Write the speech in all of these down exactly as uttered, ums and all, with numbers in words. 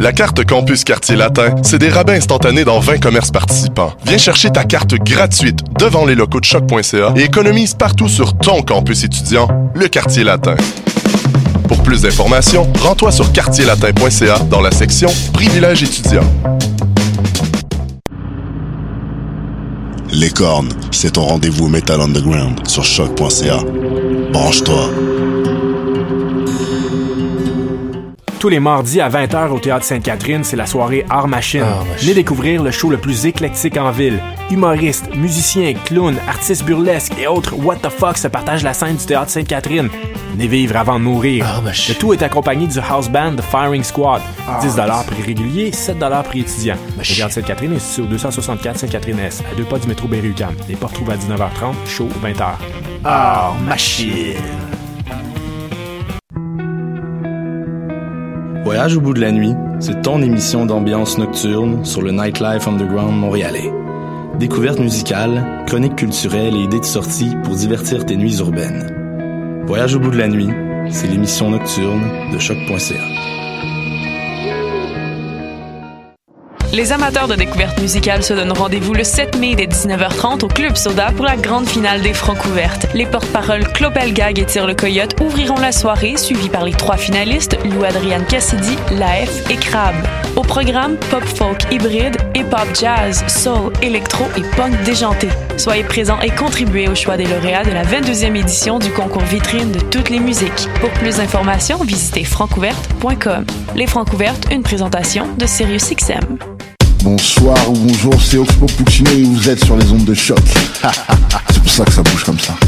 La carte Campus Quartier Latin, c'est des rabais instantanés dans vingt commerces participants. Viens chercher ta carte gratuite devant les locaux de choc point c a et économise partout sur ton campus étudiant, le Quartier Latin. Pour plus d'informations, rends-toi sur quartier latin point c a dans la section Privilèges étudiants. Les Cornes, c'est ton rendez-vous Metal Underground sur choc point c a. Branche-toi. Tous les mardis à vingt heures au Théâtre Sainte-Catherine, c'est la soirée Art Machine. Art Machine. Venez découvrir le show le plus éclectique en ville. Humoristes, musiciens, clowns, artistes burlesques et autres what the fuck se partagent la scène du Théâtre Sainte-Catherine. Venez vivre avant de mourir. Art Machine. Le tout est accompagné du house band The Firing Squad. dix dollars prix régulier, sept dollars prix étudiant. Le Théâtre Sainte-Catherine est situé au deux cent soixante-quatre Sainte-Catherine-Est, à deux pas du métro Berry-UQAM. Les portes trouvent à dix-neuf heures trente, show vingt heures. Art Machine. Voyage au bout de la nuit, c'est ton émission d'ambiance nocturne sur le Nightlife Underground montréalais. Découvertes musicales, chroniques culturelles et idées de sortie pour divertir tes nuits urbaines. Voyage au bout de la nuit, c'est l'émission nocturne de choc point c a. Les amateurs de découverte musicale se donnent rendez-vous le sept mai dès dix-neuf heures trente au Club Soda pour la grande finale des Francouvertes. Les porte-paroles Clopel Gag et Tire le Coyote ouvriront la soirée, suivis par les trois finalistes, Lou-Adrienne Cassidy, Laef et Crab. Au programme, pop-folk hybride, hip-hop jazz, soul, électro et punk déjanté. Soyez présents et contribuez au choix des lauréats de la vingt-deuxième édition du concours vitrine de toutes les musiques. Pour plus d'informations, visitez francouverte point com. Les Francouvertes, une présentation de Sirius X M. Bonsoir ou bonjour, c'est Oxpo Puccino et vous êtes sur les ondes de choc. C'est pour ça que ça bouge comme ça.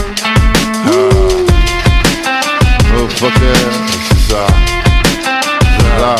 Oh fucker, c'est ça. C'est là.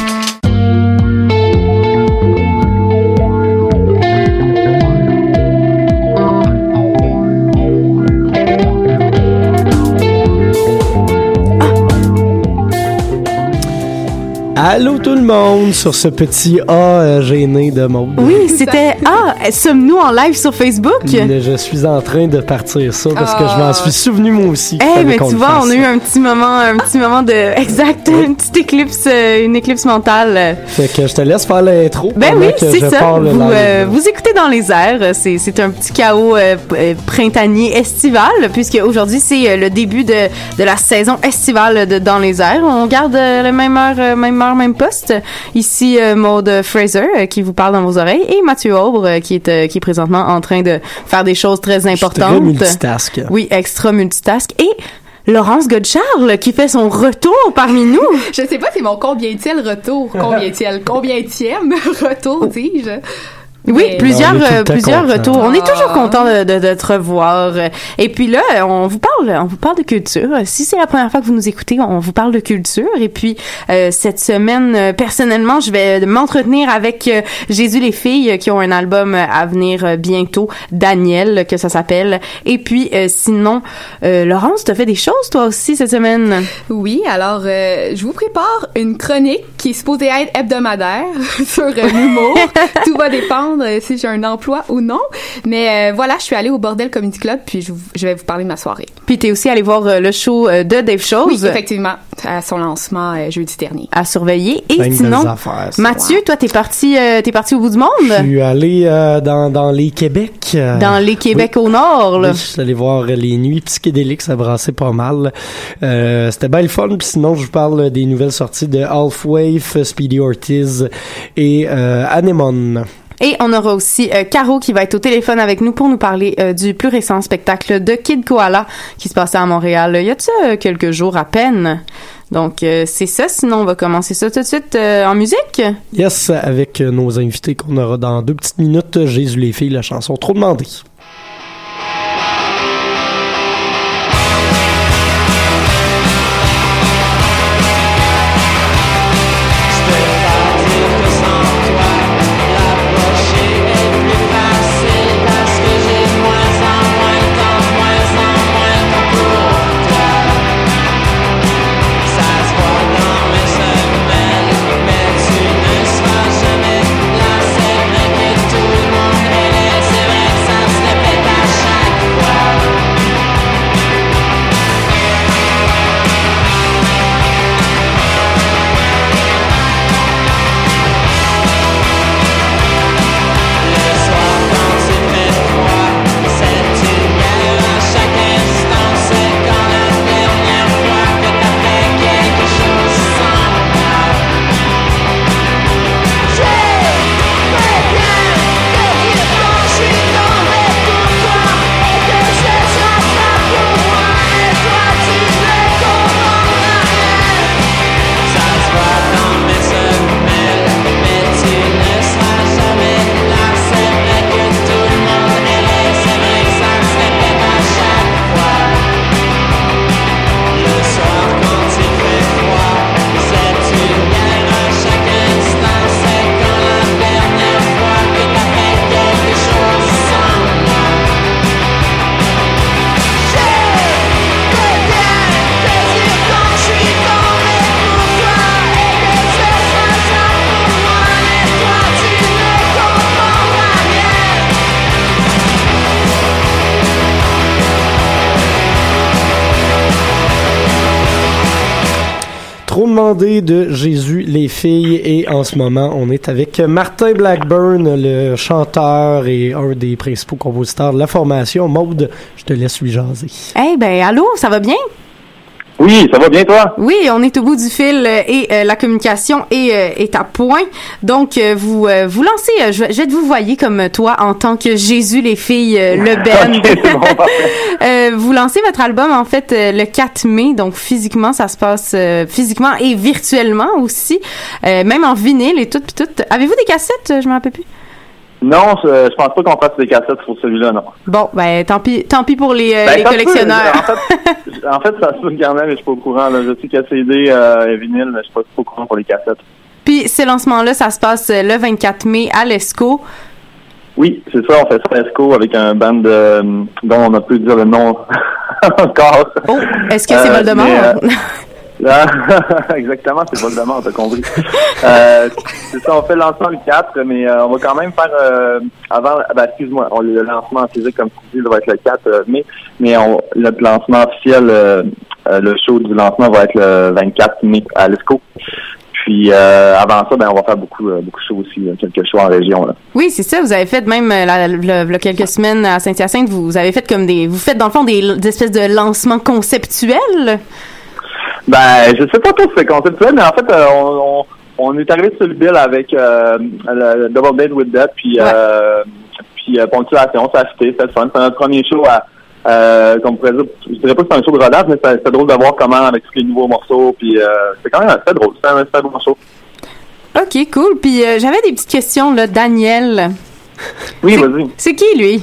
Allô tout le monde sur ce petit A euh, gêné de Maud. Oui, c'était Ah, sommes-nous en live sur Facebook? Je suis en train de partir ça parce que je m'en suis souvenu moi aussi. Eh, hey, mais tu vois, on a eu un petit moment, un petit moment de exact, une petite éclipse, une éclipse mentale. Fait que je te laisse faire l'intro. Ben oui, que c'est je ça. Vous, euh, live. vous écoutez dans les airs. C'est, c'est un petit chaos euh, printanier estival, puisque aujourd'hui c'est le début de, de la saison estivale de Dans les airs. On garde euh, le même heure, euh, même heure, même poste. Ici euh, Maude Fraser euh, qui vous parle dans vos oreilles et Mathieu Aubre euh, qui est euh, qui est présentement en train de faire des choses très importantes. Très multitask. Oui, extra multitask et Laurence Godcharles qui fait son retour parmi nous. Je sais pas, c'est mon combien-t-il retour, combien-t-il, combien-tième retour, dis-je. Oui, Mais plusieurs, non, euh, plusieurs content. retours. On est toujours Ah. content de, de, de te revoir. Et puis là, on vous parle, on vous parle de culture. Si c'est la première fois que vous nous écoutez, on vous parle de culture. Et puis euh, cette semaine, euh, personnellement, je vais m'entretenir avec euh, Jésus les filles euh, qui ont un album à venir euh, bientôt, Daniel, que ça s'appelle. Et puis euh, sinon, euh, Laurence, t'as fait des choses toi aussi cette semaine. Oui, alors euh, je vous prépare une chronique qui est supposée être hebdomadaire sur euh, l'humour. Tout va dépendre euh, si j'ai un emploi ou non. Mais euh, voilà, je suis allée au Bordel Comedy Club puis je, je vais vous parler de ma soirée. Puis t'es aussi allé voir euh, le show euh, de Dave Chose. Oui, effectivement, à son lancement euh, jeudi dernier. À surveiller. Et Plein de sinon, belles affaires, ça. Mathieu, toi, t'es parti, euh, t'es parti au bout du monde? Je suis allé euh, dans, dans les Québec. euh, Dans les Québec oui. au nord, là. Oui, je suis allé voir les nuits psychédéliques, ça brassait pas mal. Euh, c'était bien le fun, puis sinon je vous parle des nouvelles sorties de Halfwave, Speedy Ortiz et euh, Anemone. Et on aura aussi euh, Caro qui va être au téléphone avec nous pour nous parler euh, du plus récent spectacle de Kid Koala qui se passait à Montréal il y a de ça euh, quelques jours à peine. Donc euh, c'est ça, sinon on va commencer ça tout de suite euh, en musique. Yes, avec euh, nos invités qu'on aura dans deux petites minutes. Jésus les filles, la chanson Trop demandée. Ça Trop demandé de Jésus les filles et en ce moment on est avec Martin Blackburn, le chanteur et un des principaux compositeurs de la formation. Maude, je te laisse lui jaser. Eh hey, ben allô, ça va bien? Oui, ça va bien, toi? Oui, on est au bout du fil euh, et euh, la communication est, euh, est à point. Donc, euh, vous euh, vous lancez, euh, je, je vais te vous voyer comme toi en tant que Jésus les filles, euh, le band. Okay, bon, euh, vous lancez votre album, en fait, euh, le quatre mai. Donc, physiquement, ça se passe euh, physiquement et virtuellement aussi. Euh, même en vinyle et tout, puis tout. Avez-vous des cassettes? Je m'en rappelle plus. Non, je, je pense pas qu'on fasse des cassettes pour celui-là, non. Bon, ben tant pis, tant pis pour les, euh, ben, les collectionneurs. Peut, en fait, en fait, ça se peut quand même, mais je suis pas au courant. Là. Je sais qu'il y a C D euh, et vinyle, mais je suis pas, pas au courant pour les cassettes. Puis ces lancements-là, ça se passe le vingt-quatre mai à l'Esco. Oui, c'est ça, on fait ça à l'Esco avec un band de, dont on a pu dire le nom encore. Oh, est-ce que c'est euh, Voldemort? Mais, euh, Ah, exactement, c'est Voldemort, t'as compris. euh, c'est ça, on fait le lancement le quatre, mais euh, on va quand même faire euh, avant, ben, excuse-moi, on, le lancement physique, comme tu dis, va être le quatre mai, mais on, le lancement officiel, euh, le show du lancement va être le vingt-quatre mai à l'Esco. Puis euh, avant ça, ben on va faire beaucoup euh, beaucoup de shows aussi, euh, quelques shows en région là. Oui, c'est ça. Vous avez fait même euh, la, la, la, quelques semaines à Saint-Hyacinthe. Vous, vous avez fait comme des, vous faites dans le fond des, des espèces de lancements conceptuels. Ben, je sais pas trop si c'est conceptuel, mais en fait, euh, on, on, on est arrivé sur le bill avec euh, le Double Date with Death, puis ouais. euh, puis euh, Ponctuation, ça a fité, c'était le fun. C'est notre premier show à, euh, comme on pourrait dire, je dirais pas que c'est un show de rodage, mais c'était, c'était drôle de voir comment avec tous les nouveaux morceaux, puis euh, c'était quand même assez drôle, c'était un, c'était un bon show. Ok, cool. Puis euh, j'avais des petites questions, là, Daniel. Oui, c'est, vas-y. C'est qui, lui?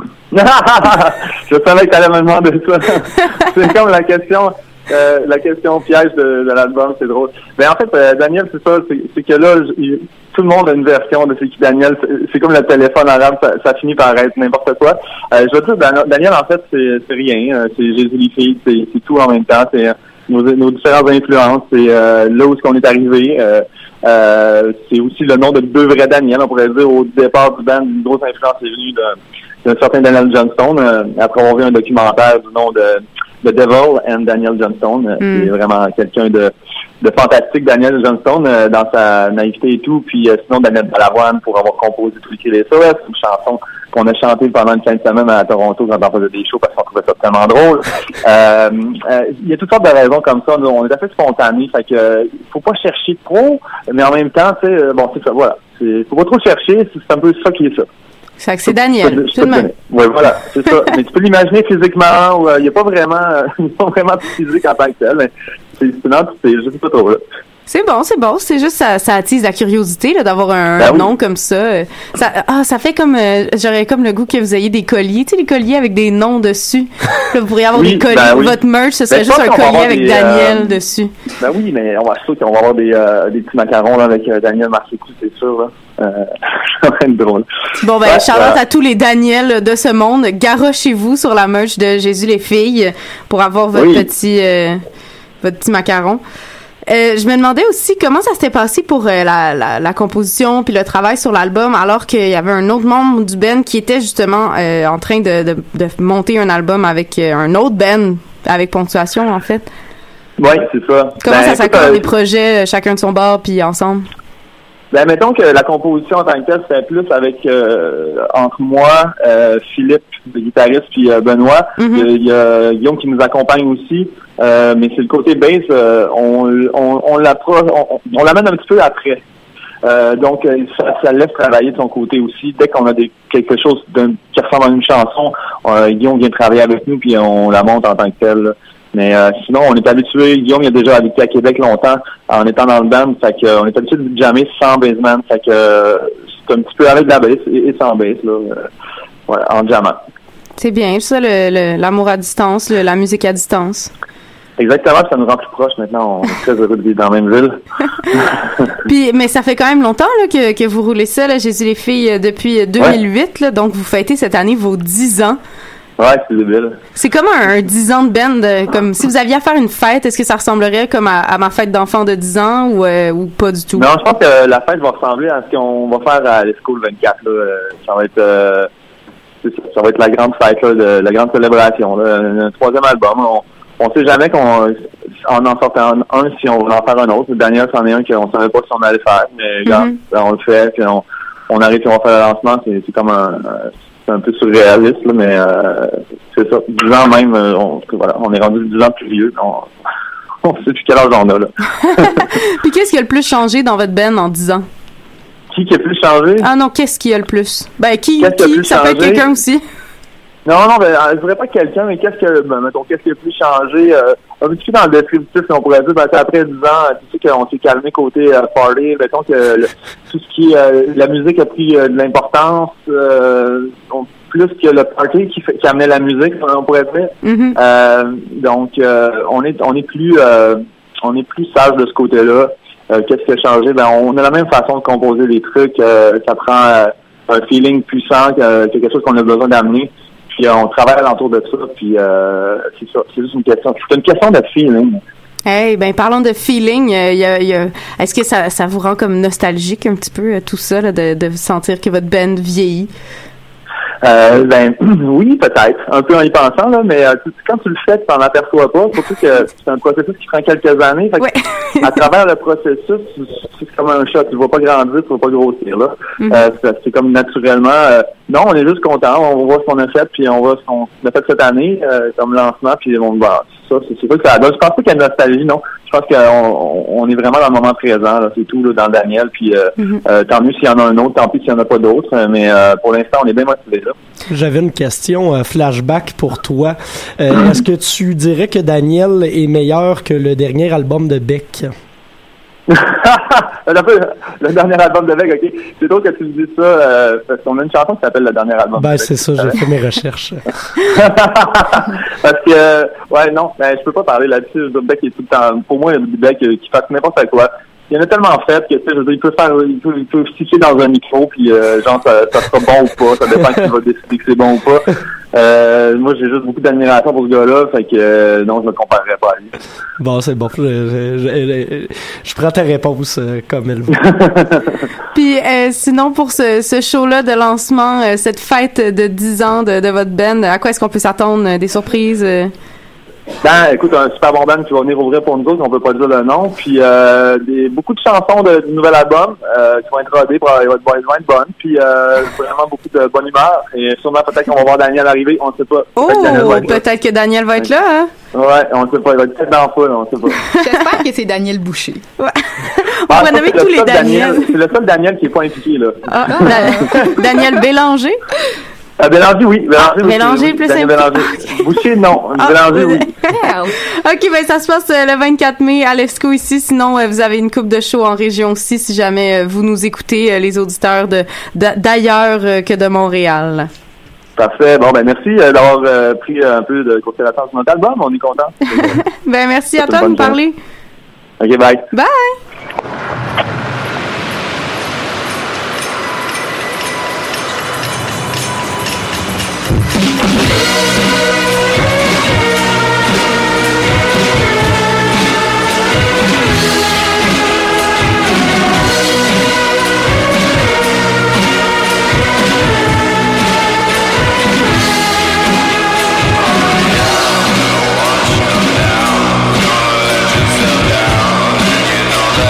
Je savais que t'allais me demander ça. C'est comme la question... Euh, la question piège de, de l'album, c'est drôle. Mais en fait, euh, Daniel, c'est ça, c'est, c'est que là, j- tout le monde a une version de c'est qui Daniel. C'est, c'est comme le téléphone arabe, ça, ça finit par être n'importe quoi. Euh, je veux dire, Dan- Daniel, en fait, c'est, c'est rien. C'est Jésus les filles, c'est, c'est tout en même temps. C'est euh, nos, nos différentes influences. C'est euh, là où est-ce qu'on est arrivé. Euh, euh, c'est aussi le nom de deux vrais Daniel. On pourrait dire au départ du band, une grosse influence est venue de, d'un certain Daniel Johnston. Euh, après avoir vu un documentaire du nom de The Devil and Daniel Johnston, mm. C'est vraiment quelqu'un de, de fantastique, Daniel Johnston, euh, dans sa naïveté et tout. Puis euh, sinon, Daniel Balavoine, pour avoir composé tout écrit les S O S, une chanson qu'on a chantée pendant une fin de semaine à Toronto quand on faisait des shows parce qu'on trouvait ça tellement drôle. euh, euh, il y a toutes sortes de raisons comme ça. Nous, on est assez spontanés, fait que euh, faut pas chercher trop, mais en même temps, tu sais, euh, bon, c'est ça, voilà. C'est, faut pas trop chercher, c'est un peu ça qui est ça. C'est que c'est Daniel, tout de même. Oui, voilà, c'est ça. Mais tu peux l'imaginer physiquement, où il euh, n'y a pas vraiment, euh, pas vraiment de physique en tant que tel, mais c'est, c'est une entité, je sais pas trop, là. C'est bon, c'est bon. C'est juste ça, ça attise la curiosité là, d'avoir un ben nom oui. comme ça. Ça, ah, ça fait comme euh, j'aurais comme le goût que vous ayez des colliers, tu sais, les colliers avec des noms dessus. Là, vous pourriez avoir oui, des colliers. Ben oui. Votre merch, ce serait ben, juste un collier avec des, Daniel euh, dessus. Ben oui, mais on va sûr qu'on va avoir des, euh, des petits macarons là, avec euh, Daniel marqué dessus, c'est sûr. Là. Euh, ça va être drôle. Bon ben, ouais, Charlotte euh, à tous les Daniel de ce monde, garochez-vous sur la merch de Jésus les filles pour avoir votre oui. petit, euh, votre petit macaron. Euh, je me demandais aussi comment ça s'était passé pour euh, la, la, la composition puis le travail sur l'album, alors qu'il y avait un autre membre du band qui était justement euh, en train de, de, de monter un album avec euh, un autre band, avec Ponctuation en fait. Oui, c'est ça. Comment ben, ça s'accorde euh, les projets, chacun de son bord puis ensemble? Ben, mettons que la composition en tant que telle, c'était plus avec euh, entre moi, euh, Philippe, le guitariste, puis euh, Benoît. Mm-hmm. Il y a Guillaume qui nous accompagne aussi. Euh, mais c'est le côté bass, euh, on, on, on, on, on l'amène un petit peu après. Euh, donc, ça, ça laisse travailler de son côté aussi. Dès qu'on a des, quelque chose qui ressemble à une chanson, euh, Guillaume vient travailler avec nous, puis on la monte en tant que telle. Mais euh, sinon, on est habitué. Guillaume, il a déjà habité à Québec longtemps en étant dans le band. Fait que, euh, on est habitué de jammer sans bassman. Fait que euh, c'est un petit peu avec de la bass et, et sans bass, là, euh, ouais, en jammant. C'est bien, ça, le, le, l'amour à distance, le, la musique à distance. Exactement, ça nous rend plus proches maintenant. On est très heureux de vivre dans la même ville. Puis, mais ça fait quand même longtemps là, que, que vous roulez ça, là, Jésus les filles, depuis deux mille huit. Ouais. Là, donc, vous fêtez cette année vos dix ans. Ouais, c'est débile. C'est comme un, un dix ans de band. Euh, comme si vous aviez à faire une fête, est-ce que ça ressemblerait comme à, à ma fête d'enfant de dix ans ou, euh, ou pas du tout? Non, je pense que la fête va ressembler à ce qu'on va faire à l'Esco le vingt-quatre. Là. Ça va être... Euh, c'est ça, ça va être la grande fête, là, de, la grande célébration. Là. Un troisième album. On, on sait jamais qu'on en en sortant un, un si on voulait en faire un autre. Daniel, c'en est un qu'on savait pas si on allait faire, mais regarde, Mm-hmm. on le fait, puis on, on arrive et on fait le lancement. C'est, c'est comme un, euh, c'est un peu surréaliste, là, mais euh, c'est ça. Dix ans même, euh, on, voilà, on est rendu dix ans plus vieux. On, on sait plus quel âge on a, là. Puis qu'est-ce qui a le plus changé dans votre band en dix ans? Qui qui a plus changé? Ah non, qu'est-ce qui a le plus? Ben, qui, Qu'est-ce qui a qui? plus Ça peut être changé? quelqu'un aussi. Non, non, ben, je dirais pas quelqu'un, mais qu'est-ce que, ben, mettons, qu'est-ce qui a plus changé, euh, un petit peu dans le descriptif, on pourrait dire, ben, c'est après dix ans, tu sais qu'on s'est calmé côté euh, party, mettons que le, tout ce qui, euh, la musique a pris euh, de l'importance, euh, on, plus que le party qui, fait, qui amenait la musique, on pourrait dire. Mm-hmm. Euh, donc, euh, on est, on est plus, euh, on est plus sage de ce côté-là. Euh, qu'est-ce qui a changé? Ben, on a la même façon de composer des trucs, euh, ça prend euh, un feeling puissant, euh, quelque chose qu'on a besoin d'amener. Puis euh, on travaille alentour de ça, puis euh, c'est ça, c'est juste une question. C'est une question de feeling. Hey, ben parlons de feeling. Euh, y a, y a, est-ce que ça, ça vous rend comme nostalgique un petit peu euh, tout ça, là, de, de sentir que votre band vieillit? Euh, ben oui, peut-être, un peu en y pensant, là, mais euh, tu, quand tu le fais, tu t'en aperçois pas, surtout que c'est un processus qui prend quelques années. Fait que, ouais. à travers le processus, c'est comme un chat, tu ne vas pas grandir, tu ne vas pas grossir, là. Mm-hmm. Euh, c'est, c'est comme naturellement, euh, non, on est juste content, on voit ce qu'on a fait, puis on voit ce qu'on a fait cette année, euh, comme lancement, puis on va, c'est ça, c'est, c'est ça que ça donne. Je pense pas qu'il y a de nostalgie, non. Je pense qu'on on est vraiment dans le moment présent, là, c'est tout, là, dans Daniel, puis euh, mm-hmm. euh, tant mieux s'il y en a un autre, tant pis s'il y en a pas d'autres, mais euh, pour l'instant, on est bien motivés, là. J'avais une question euh, flashback pour toi. Euh, est-ce que tu dirais que Daniel est meilleur que le dernier album de Beck? Le dernier album de Beck, ok. C'est drôle que tu me dises ça, euh, parce qu'on a une chanson qui s'appelle Le dernier album. Ben, c'est ça, j'ai fait mes recherches. Parce que, euh, ouais, non, ben, je peux pas parler là-dessus. Beck est tout le temps, pour moi, Beck, euh, qui fasse n'importe quoi. Il y en a tellement fait que, tu sais, je veux dire, il peut faire, il peut, il peut ficher dans un micro, puis euh, genre, ça, ça sera bon ou pas, ça dépend qui va décider que c'est bon ou pas. Euh, moi, j'ai juste beaucoup d'admiration pour ce gars-là, fait que, euh, non, je me comparerais pas à lui. Bon, c'est bon, je, je, je, je prends ta réponse euh, comme elle veut. Puis, euh, sinon, pour ce, ce show-là de lancement, euh, cette fête de dix ans de, de votre band, à quoi est-ce qu'on peut s'attendre? Des surprises? Euh? Ben, écoute, un super bon band qui va venir ouvrir pour nous autres, on peut pas dire le nom, puis euh, des, beaucoup de chansons de, du nouvel album euh, qui vont être rodées, pour, ils vont être bonnes, puis euh, vraiment beaucoup de bonne humeur, et sûrement peut-être qu'on va voir Daniel arriver, on ne sait pas. Oh, peut-être, peut-être que Daniel va être là, hein? Ouais, on ne sait pas, il va être peut-être dans la foule, on ne sait pas. J'espère que c'est Daniel Boucher. Ouais. On ah, va nommer tous les Daniel. Daniel. C'est le seul Daniel qui est pas impliqué, là. Ah, da- Daniel Bélanger? Ah, Bélanger, oui. Bélanger, ah, Bélanger, plus simple. Okay. Boucher, non. Ah, Bélanger, oui. OK, ben ça se passe euh, le vingt-quatre mai à l'Efsco ici. Sinon, euh, vous avez une coupe de show en région aussi, si jamais euh, vous nous écoutez, euh, les auditeurs de, de d'ailleurs euh, que de Montréal. Parfait. Bon, ben merci euh, d'avoir euh, pris un peu de considération sur notre album. On est content. Ben merci à toi de nous parler. OK, bye. Bye. Down,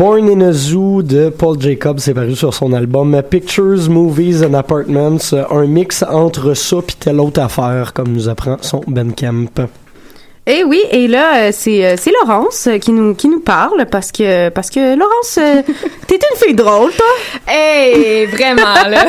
Born in a Zoo de Paul Jacobs, c'est paru sur son album Pictures, Movies and Apartments, un mix entre ça pis telle autre affaire, comme nous apprend son Bandcamp. Eh oui, et là c'est c'est Laurence qui nous qui nous parle parce que parce que Laurence t'es une fille drôle toi. Hey, vraiment là.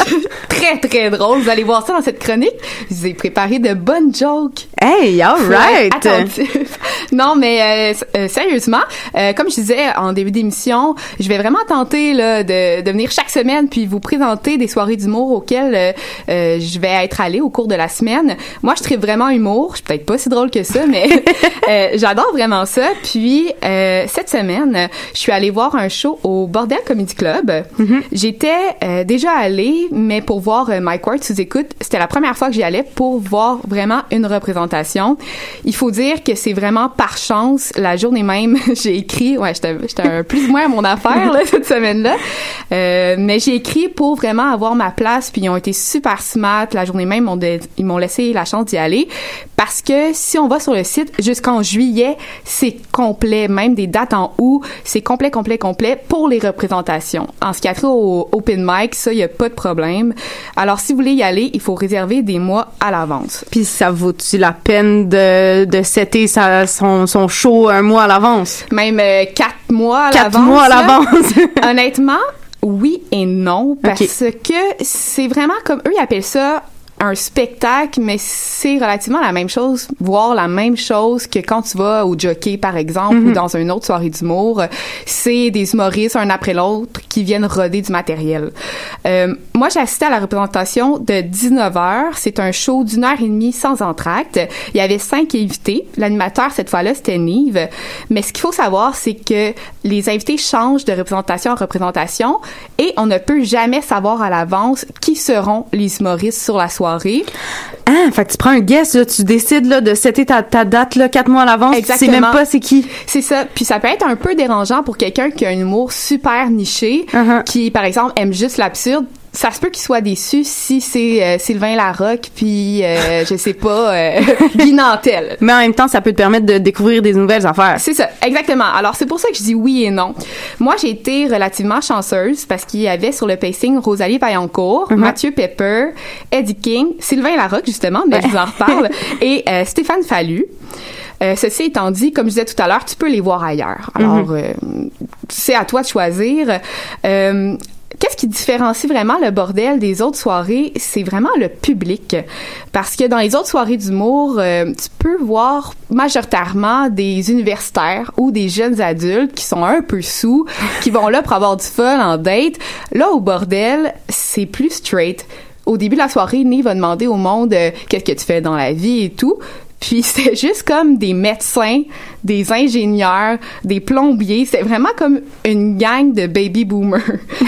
Très très drôle, vous allez voir ça dans cette chronique. Je vous ai préparé de bonnes jokes. Hey, all right. Attentif. Non mais euh, euh, sérieusement, euh, comme je disais en début d'émission, je vais vraiment tenter là de de venir chaque semaine puis vous présenter des soirées d'humour auxquelles euh, euh, je vais être allée au cours de la semaine. Moi, je tripe vraiment humour, je suis peut-être pas si drôle que ça mais euh, j'adore vraiment ça. Puis euh, cette semaine, je suis allée voir un show au Bordel Comedy Club. Mm-hmm. J'étais euh, déjà allée, mais pour voir euh, Mike Ward sous écoute, c'était la première fois que j'y allais pour voir vraiment une représentation. Il faut dire que c'est vraiment par chance. La journée même, j'ai écrit, ouais, j'étais, j'étais un plus ou moins à mon affaire là, cette semaine-là, euh, mais j'ai écrit pour vraiment avoir ma place. Puis ils ont été super smart. La journée même, ils m'ont, de, ils m'ont laissé la chance d'y aller parce que si on va sur le site jusqu'en juillet, c'est complet, même des dates en août, c'est complet, complet, complet pour les représentations. En ce qui a trait au open mic, ça, il y a pas de problème. Alors, si vous voulez y aller, il faut réserver des mois à l'avance. Puis ça vaut-tu la peine de, de setter sa, son, son show un mois à l'avance? Même euh, quatre mois à quatre l'avance. Quatre mois à l'avance. Honnêtement, oui et non, parce okay. que c'est vraiment comme eux, ils appellent ça un spectacle, mais c'est relativement la même chose, voire la même chose que quand tu vas au jockey, par exemple, mm-hmm. ou dans une autre soirée d'humour. C'est des humoristes, un après l'autre, qui viennent roder du matériel. Euh, moi, j'ai assisté à la représentation de dix-neuf heures. C'est un show d'une heure et demie sans entracte. Il y avait cinq invités. L'animateur, cette fois-là, c'était Nive. Mais ce qu'il faut savoir, c'est que les invités changent de représentation en représentation et on ne peut jamais savoir à l'avance qui seront les humoristes sur la soirée. Ah, fait que tu prends un guess, là, tu décides là, de setter ta, ta date là, quatre mois à l'avance, exactement. Tu sais même pas c'est qui. C'est ça. Puis ça peut être un peu dérangeant pour quelqu'un qui a un humour super niché, uh-huh. qui, par exemple, aime juste l'absurde. Ça se peut qu'il soit déçu si c'est euh, Sylvain Larocque puis euh, je sais pas euh, Guy Nantel. Mais en même temps, ça peut te permettre de découvrir des nouvelles affaires. C'est ça, exactement. Alors c'est pour ça que je dis oui et non. Moi, j'ai été relativement chanceuse parce qu'il y avait sur le pacing Rosalie Vaillancourt, mm-hmm. Mathieu Pepper, Eddie King, Sylvain Larocque justement, mais je vous en reparle, et euh, Stéphane Fallu. Euh, ceci étant dit, comme je disais tout à l'heure, tu peux les voir ailleurs. Alors, mm-hmm. euh, c'est à toi de choisir. Euh, Qu'est-ce qui différencie vraiment le bordel des autres soirées? C'est vraiment le public. Parce que dans les autres soirées d'humour, euh, tu peux voir majoritairement des universitaires ou des jeunes adultes qui sont un peu sous, qui vont là pour avoir du fun en date. Là, au bordel, c'est plus straight. Au début de la soirée, Nive va demander au monde euh, qu'est-ce que tu fais dans la vie et tout. Puis c'est juste comme des médecins, des ingénieurs, des plombiers. C'est vraiment comme une gang de baby boomers.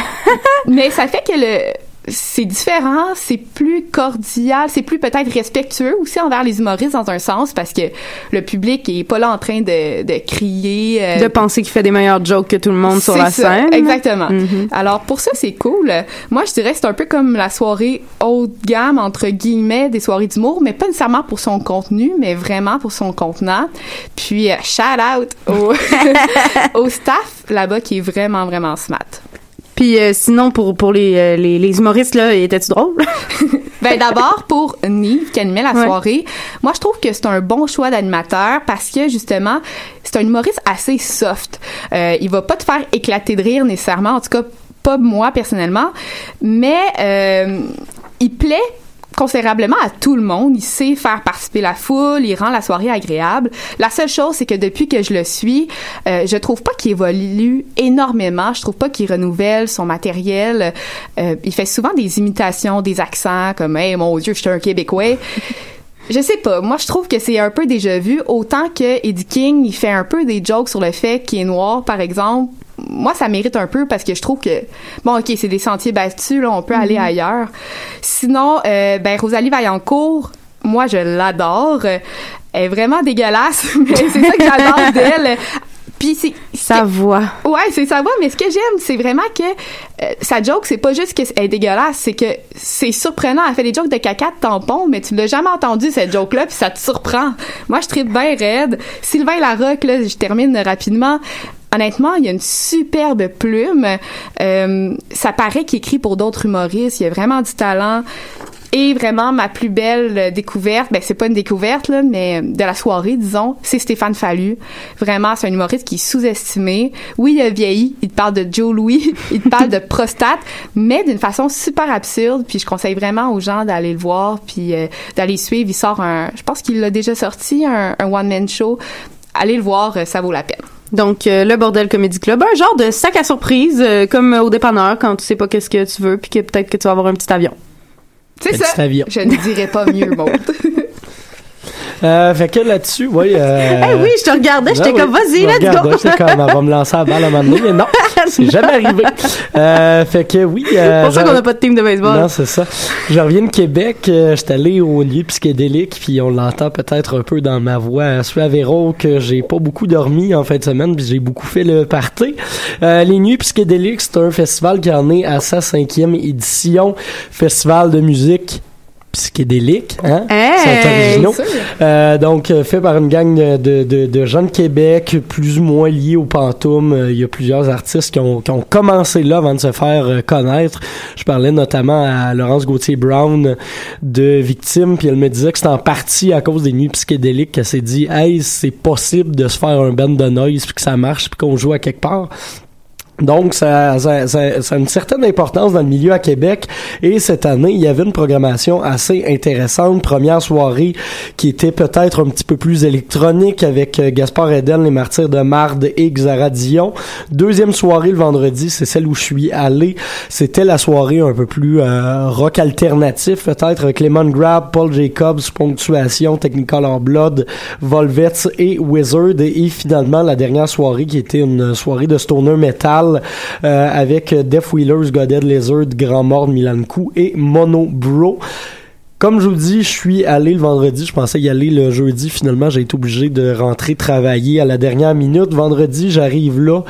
Mais ça fait que le c'est différent, c'est plus cordial, c'est plus peut-être respectueux aussi envers les humoristes dans un sens parce que le public est pas là en train de, de crier. Euh, de penser qu'il fait des meilleurs jokes que tout le monde sur la ça, scène. Exactement. Mm-hmm. Alors pour ça, c'est cool. Moi, je dirais que c'est un peu comme la soirée haut de gamme, entre guillemets, des soirées d'humour, mais pas nécessairement pour son contenu, mais vraiment pour son contenant. Puis, euh, shout out au, au staff là-bas qui est vraiment, vraiment smart. Puis euh, sinon, pour pour les, euh, les, les humoristes, là, étais-tu drôle? Ben d'abord, pour Nive, qui animait la ouais. soirée, moi, je trouve que c'est un bon choix d'animateur parce que, justement, c'est un humoriste assez soft. Euh, il va pas te faire éclater de rire, nécessairement, en tout cas, pas moi, personnellement, mais euh, il plaît considérablement à tout le monde. Il sait faire participer la foule, il rend la soirée agréable. La seule chose, c'est que depuis que je le suis, euh, je trouve pas qu'il évolue énormément. Je trouve pas qu'il renouvelle son matériel. Euh, il fait souvent des imitations, des accents, comme « Hey, mon Dieu, je suis un Québécois ». Je sais pas. Moi, je trouve que c'est un peu déjà vu. Autant que Eddie King, il fait un peu des jokes sur le fait qu'il est noir, par exemple. Moi, ça mérite un peu parce que je trouve que, bon, OK, c'est des sentiers battus, là, on peut mm-hmm. aller ailleurs. Sinon, euh, ben, Rosalie Vaillancourt, moi, je l'adore. Elle est vraiment dégueulasse, mais c'est ça que j'adore d'elle. Puis c'est sa voix. Ouais, c'est sa voix, mais ce que j'aime, c'est vraiment que euh, sa joke, c'est pas juste qu'elle est dégueulasse, c'est que c'est surprenant. Elle fait des jokes de caca de tampon, mais tu l'as jamais entendu cette joke-là, puis ça te surprend. Moi, je tripe bien raide. Sylvain Larocque, là, je termine rapidement. honnêtement, il y a une superbe plume. Euh, ça paraît qu'il écrit pour d'autres humoristes. Il y a vraiment du talent. Et vraiment, ma plus belle découverte, ben c'est pas une découverte, là, mais de la soirée, disons, c'est Stéphane Fallu. Vraiment, c'est un humoriste qui est sous-estimé. Oui, il a vieilli, il te parle de Joe Louis, il te parle de prostate, mais d'une façon super absurde, puis je conseille vraiment aux gens d'aller le voir, puis euh, d'aller suivre. Il sort un, je pense qu'il l'a déjà sorti, un, un one-man show. Allez le voir, ça vaut la peine. Donc, euh, le Bordel Comedy Club, un genre de sac à surprise, euh, comme au dépanneur, quand tu sais pas qu'est-ce que tu veux, puis que peut-être que tu vas avoir un petit avion. C'est ça. Avion. Je ne dirais pas mieux, bon. Euh, fait que là-dessus, oui. Euh... Hey, oui, je te regardais, j'étais comme, vas-y, let's go. J'étais comme, elle va me lancer la balle à un moment donné, mais non, c'est jamais arrivé. Euh, fait que oui. Euh, c'est pour ça qu'on n'a pas de team de baseball. Non, c'est ça. Je reviens de Québec, euh, j'étais allé au lieu psychédélique, puis on l'entend peut-être un peu dans ma voix suave et rauque, que j'ai pas beaucoup dormi en fin de semaine, puis j'ai beaucoup fait le party. Euh, les Nuits psychédéliques, c'est un festival qui en est à sa cinquième édition, festival de musique psychédélique, hein? Hey, c'est originaux. Euh, donc, fait par une gang de, de, de gens de Québec, plus ou moins liés au Pantoum. Il y a plusieurs artistes qui ont, qui ont commencé là avant de se faire connaître. Je parlais notamment à Laurence Gauthier-Brown de Victime, puis elle me disait que c'est en partie à cause des Nuits psychédéliques qu'elle s'est dit « Hey, c'est possible de se faire un band de noise, puis que ça marche, puis qu'on joue à quelque part. » Donc, ça, ça, ça, ça a une certaine importance dans le milieu à Québec. Et cette année, il y avait une programmation assez intéressante. Première soirée qui était peut-être un petit peu plus électronique avec Gaspard Eden, Les Martyrs de Marde et Xara Dion. Deuxième soirée le vendredi, c'est celle où je suis allé. C'était la soirée un peu plus euh, rock alternatif, peut-être avec Lemon Grab, Paul Jacobs, Ponctuation, Technicolor Blood, Volvets et Wizard. Et finalement, la dernière soirée qui était une soirée de stoner metal Euh, avec Death Wheelers, Godhead Lizard, Grand Mord, Milan Coup et Mono Bro. Comme je vous dis, je suis allé le vendredi, je pensais y aller le jeudi, finalement j'ai été obligé de rentrer travailler à la dernière minute. Vendredi, j'arrive là.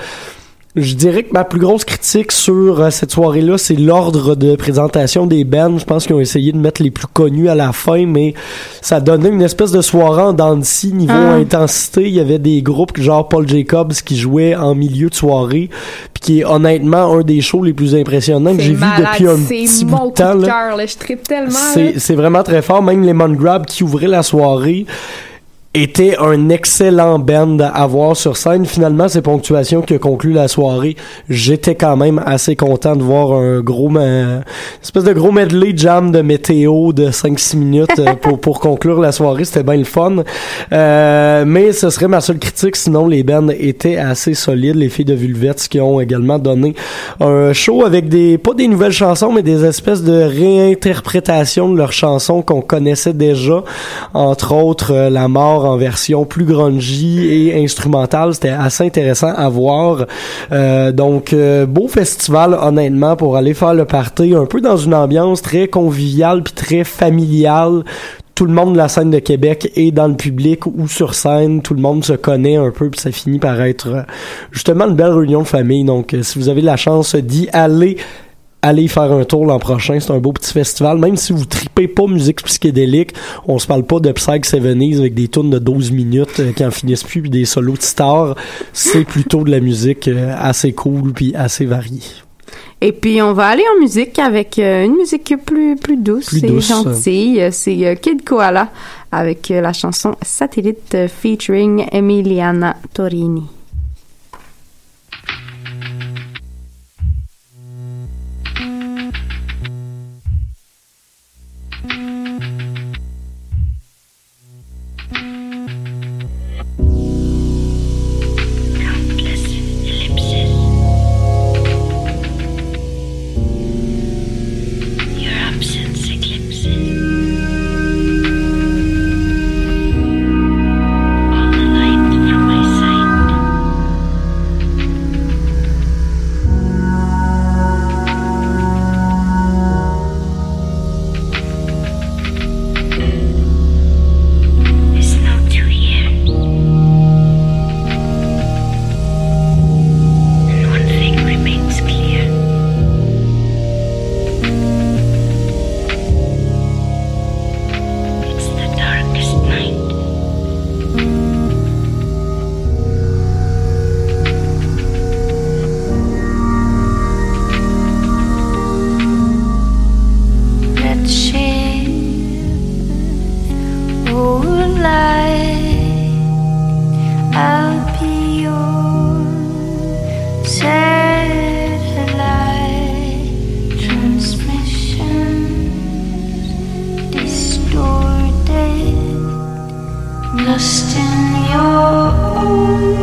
Je dirais que ma plus grosse critique sur euh, cette soirée-là, c'est l'ordre de présentation des bands. Je pense qu'ils ont essayé de mettre les plus connus à la fin, mais ça donnait une espèce de soirée en dents de scie niveau ah. intensité. Il y avait des groupes genre Paul Jacobs qui jouaient en milieu de soirée, puis qui est honnêtement un des shows les plus impressionnants que j'ai vu depuis un petit bout de temps. C'est mon coup de cœur, là. Je trippe tellement. C'est, c'est vraiment très fort. Même Lemon Grab qui ouvrait la soirée était un excellent band à voir sur scène. Finalement, c'est Ponctuation qui a conclu la soirée. J'étais quand même assez content de voir un gros, une espèce de gros medley jam de météo de cinq six minutes pour, pour conclure la soirée. C'était bien le fun. Euh, mais ce serait ma seule critique. Sinon, les bands étaient assez solides. Les filles de Vulvets qui ont également donné un show avec des, pas des nouvelles chansons, mais des espèces de réinterprétations de leurs chansons qu'on connaissait déjà. Entre autres, euh, La Mort en version plus grungy et instrumentale. C'était assez intéressant à voir. Euh, donc, euh, beau festival, honnêtement, pour aller faire le party, un peu dans une ambiance très conviviale puis très familiale. Tout le monde de la scène de Québec est dans le public ou sur scène. Tout le monde se connaît un peu puis ça finit par être euh, justement une belle réunion de famille. Donc, euh, si vous avez la chance d'y aller, allez faire un tour l'an prochain, c'est un beau petit festival. Même si vous tripez pas musique psychédélique, on se parle pas de Psych Seventies avec des tunes de douze minutes euh, qui en finissent plus puis des solos de stars. C'est plutôt de la musique euh, assez cool puis assez variée. Et puis on va aller en musique avec euh, une musique plus plus douce plus et douce. Gentille. C'est euh, Kid Koala avec euh, la chanson Satellite euh, featuring Emiliana Torini. All the light from my sight Lost in your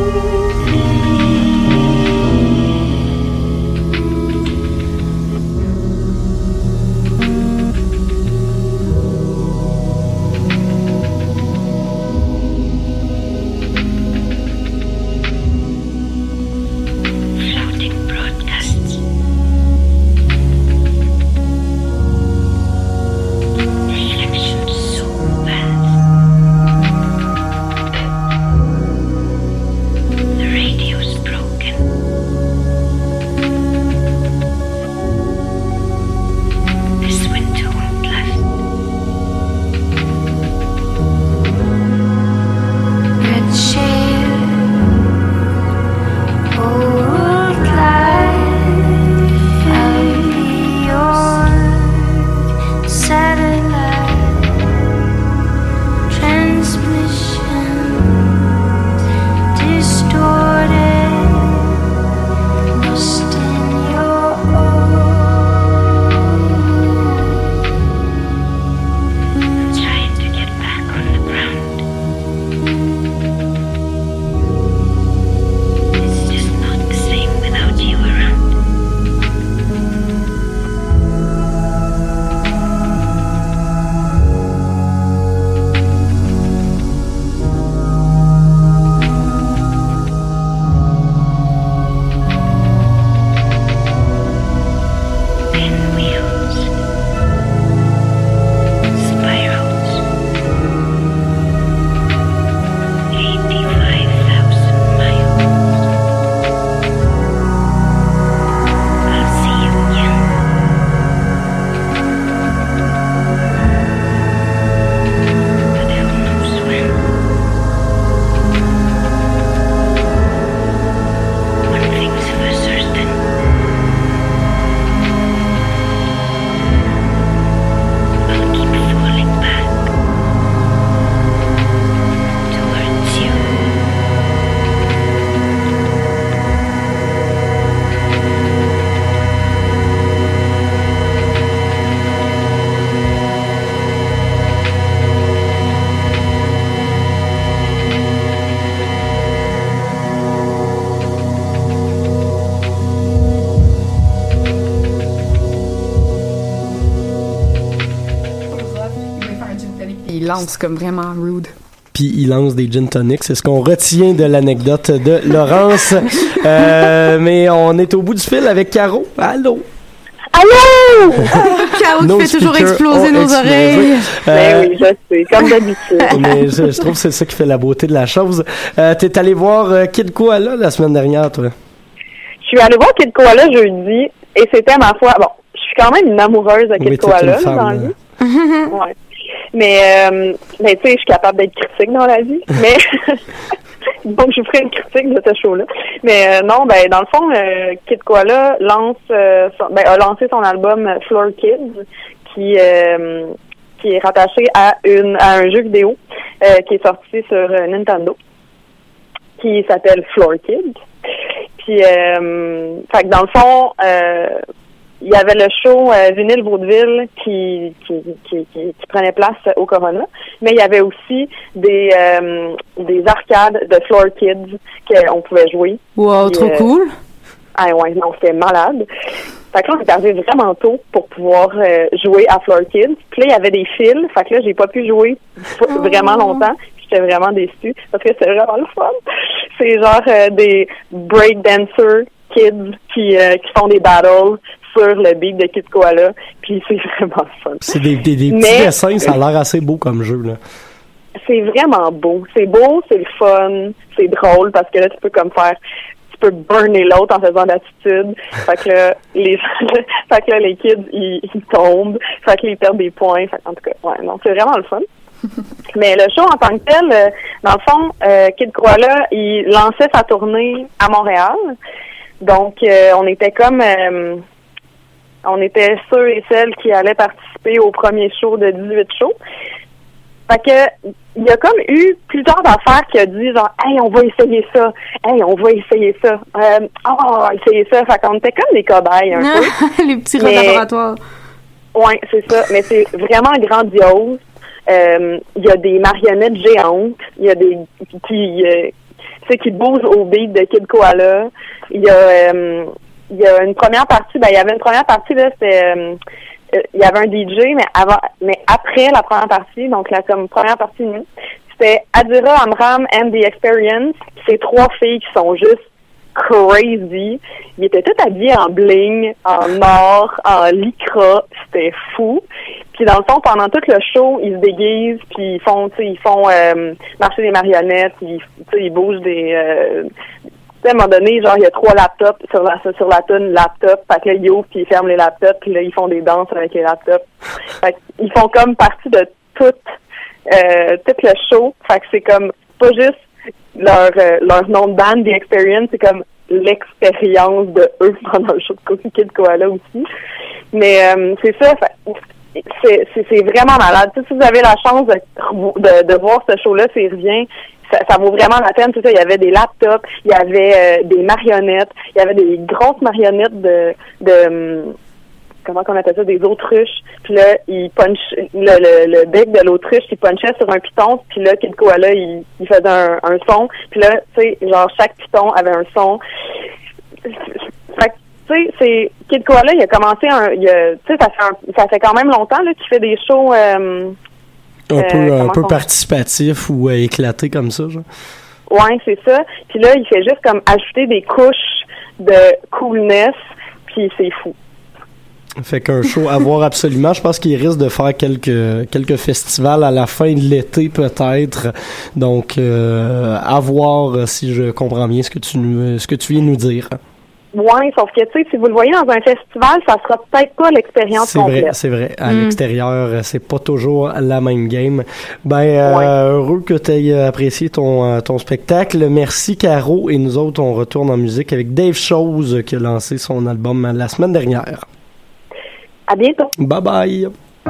lance comme vraiment rude. Puis il lance des gin tonics. C'est ce qu'on retient de l'anecdote de Laurence. euh, mais on est au bout du fil avec Caro. Allô? Allô? Caro qui Nos fait toujours speakers exploser ont nos explosé. oreilles. Euh, Ben oui, je sais, comme d'habitude. Mais je, je trouve que c'est ça qui fait la beauté de la chose. Euh, t'es allé voir euh, Kid Koala la semaine dernière, toi? Je suis allée voir Kid Koala jeudi et c'était ma foi. Bon, je suis quand même une amoureuse de Kid Oui, t'es Koala une femme, dans la là. vie. Ouais. Mais, euh, ben, tu sais, je suis capable d'être critique dans la vie. Mais, donc, je vous ferai une critique de ce show-là. Mais euh, non, ben, dans le fond, euh, Kid Koala lance, euh, son, ben, a lancé son album Floor Kids, qui, euh, qui est rattaché à une à un jeu vidéo euh, qui est sorti sur euh, Nintendo, qui s'appelle Floor Kids. Puis, euh, fait que dans le fond, euh, il y avait le show euh, Vinyl Vaudeville qui qui, qui qui qui prenait place au Corona, mais il y avait aussi des euh, des arcades de Floor Kids qu'on pouvait jouer. Wow, Puis, trop euh, cool. Ah ouais, non, c'était malade. Fait que là, on est arrivé vraiment tôt pour pouvoir euh, jouer à Floor Kids. Puis là, il y avait des fils. Fait que là, j'ai pas pu jouer p- vraiment longtemps. J'étais vraiment déçue parce que c'était vraiment le fun. C'est genre euh, des breakdancers kids qui euh, qui font des battles sur le beat de Kid Koala. Puis c'est vraiment fun. C'est des, des, des petits Mais, dessins, ça a l'air assez beau comme jeu, là. C'est vraiment beau. C'est beau, c'est le fun, c'est drôle parce que là, tu peux comme faire... tu peux burner l'autre en faisant d'attitude. Fait que là, les, fait que là, les kids, ils, ils tombent. Fait qu'ils perdent des points. Fait en tout cas, ouais, non, c'est vraiment le fun. Mais le show en tant que tel, euh, dans le fond, euh, Kid Koala, il lançait sa tournée à Montréal. Donc, euh, on était comme... Euh, on était ceux et celles qui allaient participer au premier show de dix-huit shows. Fait que, il y a comme eu plusieurs affaires qui a dit genre, hey, on va essayer ça. Hey, on va essayer ça. Euh, oh, on va essayer ça. Fait qu'on était comme des cobayes un peu. Les petits rats Mais- laboratoires. Ouais, c'est ça. Mais c'est vraiment grandiose. Euh, il y a des marionnettes géantes. Il y a des qui euh, tu sais, qui bougent au beat de Kid Koala. Il y a euh, il y a une première partie, ben il y avait une première partie là, c'était euh, il y avait un D J, mais avant, mais après la première partie, donc la comme première partie nue, c'était Adira, Amram and the Experience. Ces trois filles qui sont juste crazy. Ils étaient tous habillés en bling, en or, en lycra. C'était fou. Puis dans le fond, pendant tout le show, ils se déguisent, puis ils font, tu sais, ils font euh, marcher des marionnettes, ils, tu sais, ils bougent des. Euh, à un moment donné, genre, il y a trois laptops sur la sur la tune laptop. Fait que là, ils ouvrent, puis ils ferment les laptops, puis là, ils font des danses avec les laptops. Fait qu'ils font comme partie de tout, euh, tout le show. Fait que c'est comme, pas juste leur euh, leur nom de band, The Experience, c'est comme l'expérience de eux pendant le show de Cozy Kid Koala aussi. Mais euh, c'est ça, fait, c'est, c'est, c'est vraiment malade. Tu sais, si vous avez la chance de, de, de voir ce show-là, c'est revient. Ça, ça vaut vraiment la peine, tout ça. Il y avait des laptops, il y avait euh, des marionnettes, il y avait des grosses marionnettes de, de comment qu'on appelle ça, des autruches. Puis là, il punch le, le, le bec de l'autruche, il punchait sur un piton. Puis là, Kid Koala, il, il faisait un, un son. Puis là, tu sais, genre chaque piton avait un son. Fait tu sais, c'est Kid Koala, il a commencé un, il a, tu sais, ça fait un, ça fait quand même longtemps là qu'il fait des shows. Euh, Un peu, euh, un peu on... participatif ou euh, éclaté comme ça, genre. Ouais, c'est ça. Puis là, il fait juste comme ajouter des couches de coolness, puis c'est fou. Fait qu'un show à voir absolument. Je pense qu'il risque de faire quelques quelques festivals à la fin de l'été peut-être. Donc euh, à voir si je comprends bien ce que tu nous, ce que tu viens de nous dire. Ouais, sauf que, tu sais, si vous le voyez dans un festival, ça sera peut-être pas l'expérience c'est complète. Vrai, c'est vrai. À mm. l'extérieur, c'est pas toujours la même game. Ben, euh, ouais. heureux que tu aies apprécié ton, ton spectacle. Merci, Caro. Et nous autres, on retourne en musique avec Dave Chose, qui a lancé son album la semaine dernière. À bientôt. Bye bye.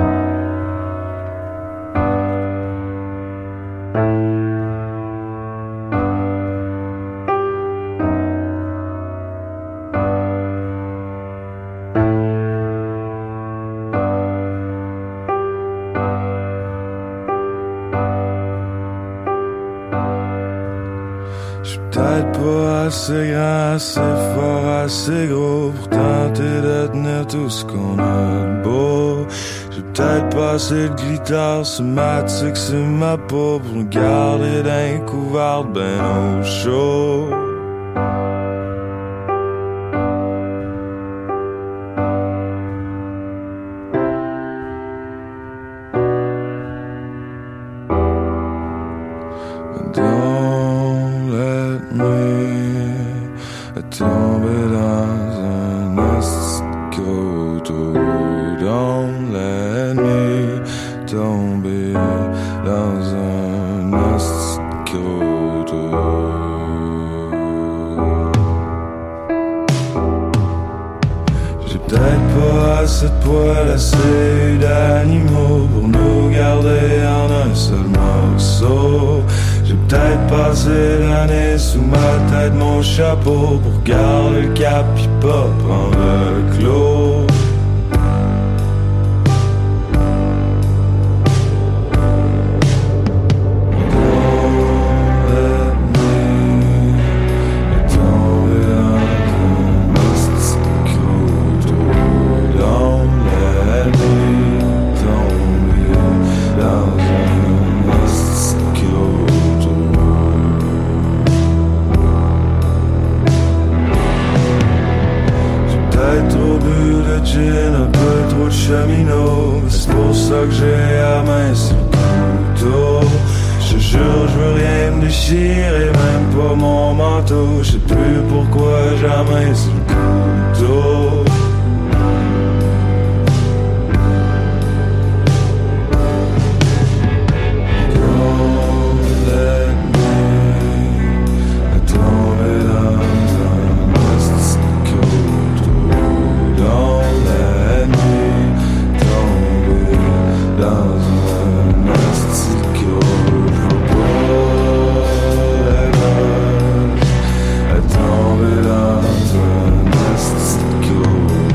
Peut-être pas assez grand, assez fort, assez gros pour tenter de tenir tout ce qu'on a de beau. J'ai peut-être pas assez de glitter somatique sur ma peau pour me garder d'un couvert ben au chaud. Tomber dans un escoto, don't let me tomber dans un escoto. J'ai peut-être pas assez de poils, assez d'animaux pour nous garder en un seul morceau. J'ai peut-être passé l'année sous ma tête, mon chapeau pour garder le cap pis pas prendre le clos. Un peu trop de cheminot, c'est pour ça que j'ai la main sur le couteau. Je te jure, je veux rien me déchirer, même pas mon manteau. Je sais plus pourquoi j'ai la main sur le couteau. Tomber dans un asticot.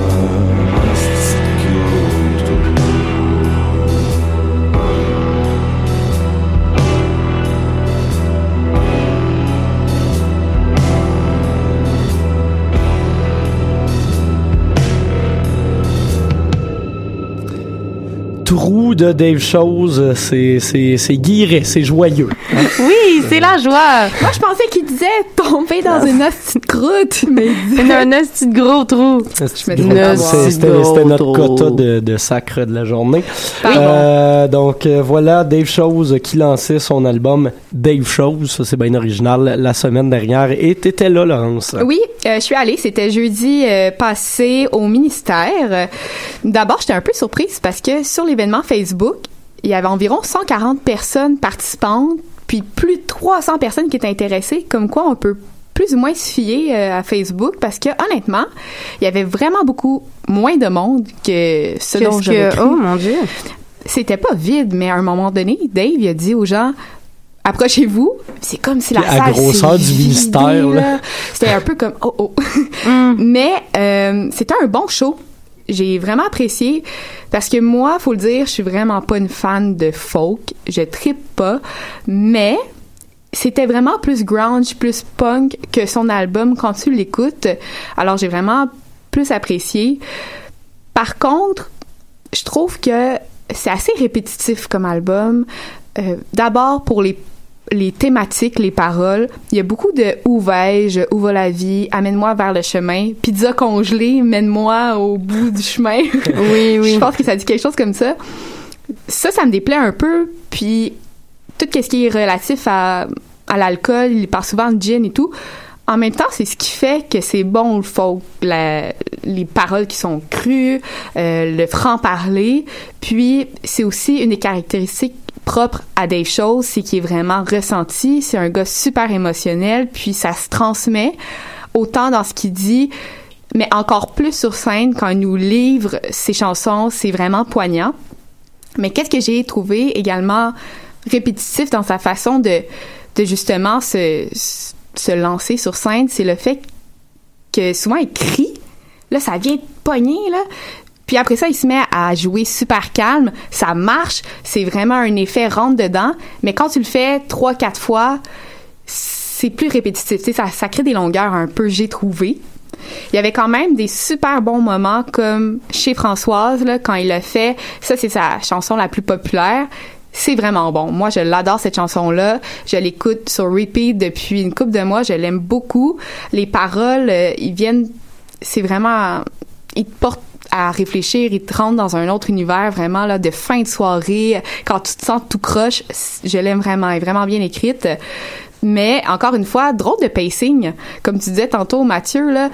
Trou de Dave Chose, c'est c'est c'est guiré, c'est joyeux. Hein? Oui, c'est la joie. Moi, je pensais qu'il disait tomber dans une hostie de croûte, mais une, un hostie de gros trou. C'était notre quota de, de sacre de la journée. Oui. Euh, donc euh, voilà, Dave Chose qui lançait son album Dave Chose, ça c'est bien original, la semaine dernière. Et t'étais là, Laurence. Oui, euh, je suis allée, c'était jeudi euh, passé au ministère. D'abord, j'étais un peu surprise parce que sur l'événement Facebook, il y avait environ cent quarante personnes participantes, puis plus de trois cents personnes qui étaient intéressées, comme quoi on peut plus ou moins se fier euh, à Facebook, parce que honnêtement, il y avait vraiment beaucoup moins de monde que ce Qu'est-ce dont j'avais que... cru. Oh mon Dieu! C'était pas vide, mais à un moment donné, Dave il a dit aux gens... Approchez-vous, c'est comme si la à salle grosseur du ministère, là. là. C'était un peu comme oh oh. Mm. Mais euh, c'était un bon show. J'ai vraiment apprécié parce que moi, faut le dire, je suis vraiment pas une fan de folk. Je trippe pas, mais c'était vraiment plus grunge, plus punk que son album quand tu l'écoutes. Alors j'ai vraiment plus apprécié. Par contre, je trouve que c'est assez répétitif comme album. Euh, d'abord pour les les thématiques, les paroles. Il y a beaucoup de « Où vais-je? Où va la vie? Amène-moi vers le chemin. Pizza congelée, mène-moi au bout du chemin. » Oui, oui. Je pense que ça dit quelque chose comme ça. Ça, ça me déplaît un peu. Puis, tout ce qui est relatif à, à l'alcool, il parle souvent de gin et tout. En même temps, c'est ce qui fait que c'est bon le folk, la, les paroles qui sont crues, euh, le franc-parler. Puis, c'est aussi une des caractéristiques propre à Dave Chose, c'est qu'il est vraiment ressenti. C'est un gars super émotionnel, puis ça se transmet autant dans ce qu'il dit, mais encore plus sur scène quand il nous livre ses chansons. C'est vraiment poignant. Mais qu'est-ce que j'ai trouvé également répétitif dans sa façon de, de justement se, se lancer sur scène, c'est le fait que souvent il crie. Là, ça vient de pogner, là. Puis après ça, il se met à jouer super calme. Ça marche. C'est vraiment un effet rentre-dedans. Mais quand tu le fais trois, quatre fois, c'est plus répétitif. Tu sais, ça, ça crée des longueurs un peu, j'ai trouvé. Il y avait quand même des super bons moments, comme chez Françoise, là, quand il l'a fait. Ça, c'est sa chanson la plus populaire. C'est vraiment bon. Moi, je l'adore, cette chanson-là. Je l'écoute sur repeat depuis une couple de mois. Je l'aime beaucoup. Les paroles, euh, ils viennent... C'est vraiment... Ils te portent à réfléchir, il te rentre dans un autre univers vraiment là de fin de soirée, quand tu te sens tout croche. Je l'aime vraiment, elle est vraiment bien écrite. Mais encore une fois, drôle de pacing, comme tu disais tantôt, Mathieu là.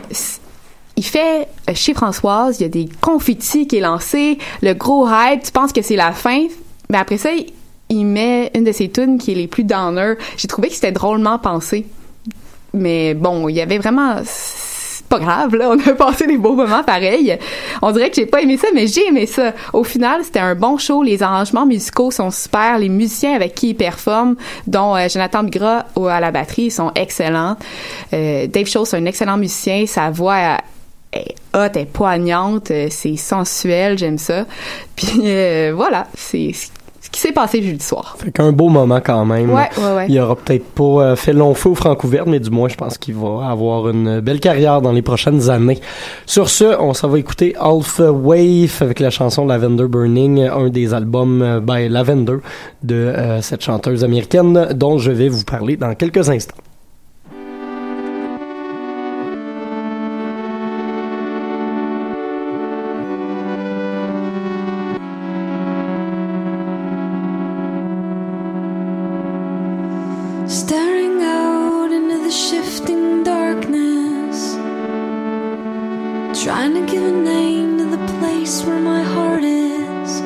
Il fait chez Françoise, il y a des confettis qui est lancé, le gros hype, tu penses que c'est la fin, mais après ça, il, il met une de ses tunes qui est les plus downer. J'ai trouvé que c'était drôlement pensé. Mais bon, il y avait vraiment... pas grave, là, on a passé des beaux moments pareils. On dirait que j'ai pas aimé ça, mais j'ai aimé ça. Au final, c'était un bon show. Les arrangements musicaux sont super. Les musiciens avec qui ils performent, dont euh, Jonathan Bigras à la batterie, ils sont excellents. Euh, Dave Chose, c'est un excellent musicien. Sa voix est hot, est poignante, c'est sensuel, j'aime ça. Puis euh, voilà, c'est ce qui s'est passé jeudi soir. Fait qu'un beau moment quand même. Ouais, ouais, ouais. Il aura peut-être pas euh, fait long feu au Francouverte, mais du moins, je pense qu'il va avoir une belle carrière dans les prochaines années. Sur ce, on s'en va écouter Alpha Wave avec la chanson Lavender Burning, un des albums, euh, ben, Lavender, de euh, cette chanteuse américaine dont je vais vous parler dans quelques instants. Staring out into the shifting darkness, trying to give a name to the place where my heart is.